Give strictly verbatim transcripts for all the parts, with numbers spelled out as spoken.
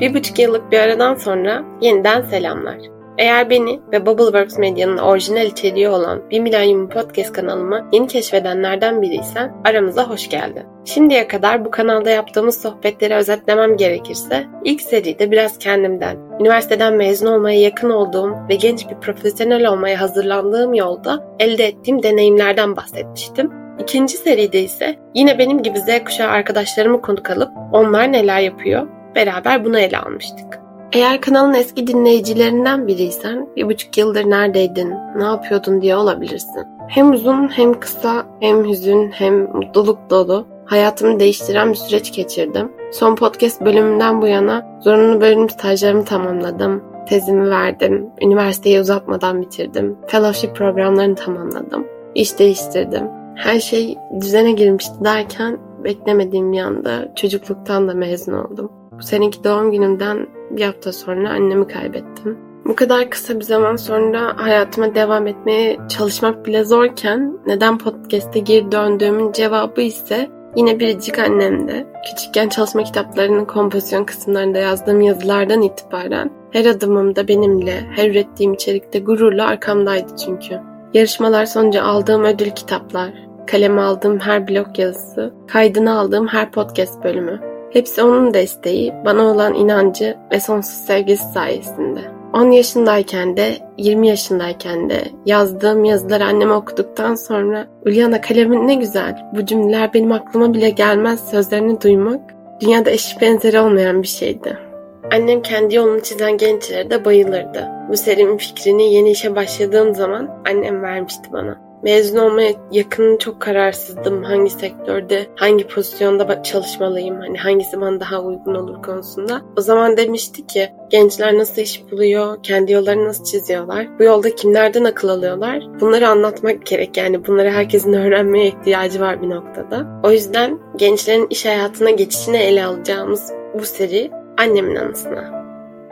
Bir buçuk yıllık bir aradan sonra yeniden selamlar. Eğer beni ve Bubbleworks Medya'nın orijinal içeriği olan Bir Milenyum Podcast kanalımı yeni keşfedenlerden biriysen aramıza hoş geldin. Şimdiye kadar bu kanalda yaptığımız sohbetleri özetlemem gerekirse ilk seride biraz kendimden, üniversiteden mezun olmaya yakın olduğum ve genç bir profesyonel olmaya hazırlandığım yolda elde ettiğim deneyimlerden bahsetmiştim. İkinci seride ise yine benim gibi Z kuşağı arkadaşlarımı konuk alıp onlar neler yapıyor beraber bunu ele almıştık. Eğer kanalın eski dinleyicilerinden biriysen bir buçuk yıldır neredeydin, ne yapıyordun diye olabilirsin. Hem uzun hem kısa, hem hüzün hem mutluluk dolu hayatımı değiştiren bir süreç geçirdim. Son podcast bölümünden bu yana zorunlu bölüm stajlarımı tamamladım. Tezimi verdim, üniversiteyi uzatmadan bitirdim, fellowship programlarını tamamladım, iş değiştirdim. Her şey düzene girmişti derken beklemediğim bir anda çocukluktan da mezun oldum. Bu seneki doğum günümden bir hafta sonra annemi kaybettim. Bu kadar kısa bir zaman sonra hayatıma devam etmeye çalışmak bile zorken neden podcast'e geri döndüğümün cevabı ise yine biricik annemde. Küçükken çalışma kitaplarının kompozisyon kısımlarında yazdığım yazılardan itibaren her adımımda benimle, her ürettiğim içerikte gururla arkamdaydı çünkü. Yarışmalar sonucu aldığım ödül kitaplar, kaleme aldığım her blog yazısı, kaydını aldığım her podcast bölümü. Hepsi onun desteği, bana olan inancı ve sonsuz sevgisi sayesinde. on yaşındayken de, yirmi yaşındayken de yazdığım yazıları anneme okuduktan sonra "Ulyana, kalemin ne güzel, bu cümleler benim aklıma bile gelmez" sözlerini duymak dünyada eşi benzeri olmayan bir şeydi. Annem kendi yolunu çizen gençlere de bayılırdı. Bu serinin fikrini yeni işe başladığım zaman annem vermişti bana. Mezun olmaya yakın çok kararsızdım. Hangi sektörde, hangi pozisyonda çalışmalıyım, hani hangisi bana daha uygun olur konusunda. O zaman demişti ki, gençler nasıl iş buluyor, kendi yollarını nasıl çiziyorlar, bu yolda kimlerden akıl alıyorlar? Bunları anlatmak gerek, yani bunları herkesin öğrenmeye ihtiyacı var bir noktada. O yüzden gençlerin iş hayatına geçişini ele alacağımız bu seri annemin anısına.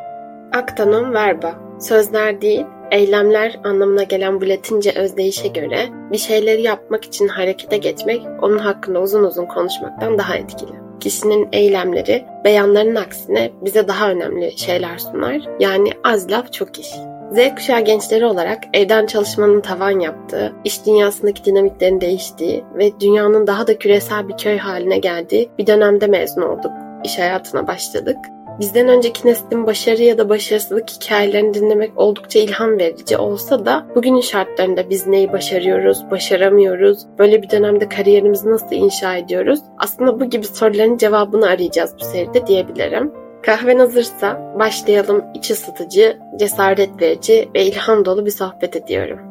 Acta non verba, sözler değil, eylemler anlamına gelen bu Latince özdeyişe göre bir şeyleri yapmak için harekete geçmek onun hakkında uzun uzun konuşmaktan daha etkili. Kişinin eylemleri beyanlarının aksine bize daha önemli şeyler sunar. Yani az laf çok iş. Z kuşağı gençleri olarak evden çalışmanın tavan yaptığı, iş dünyasındaki dinamiklerin değiştiği ve dünyanın daha da küresel bir köy haline geldiği bir dönemde mezun olduk. İş hayatına başladık. Bizden önceki neslin başarı ya da başarısızlık hikayelerini dinlemek oldukça ilham verici olsa da bugünün şartlarında biz neyi başarıyoruz, başaramıyoruz, böyle bir dönemde kariyerimizi nasıl inşa ediyoruz? Aslında bu gibi soruların cevabını arayacağız bu seride diyebilirim. Kahven hazırsa başlayalım, iç ısıtıcı, cesaret verici ve ilham dolu bir sohbet ediyorum.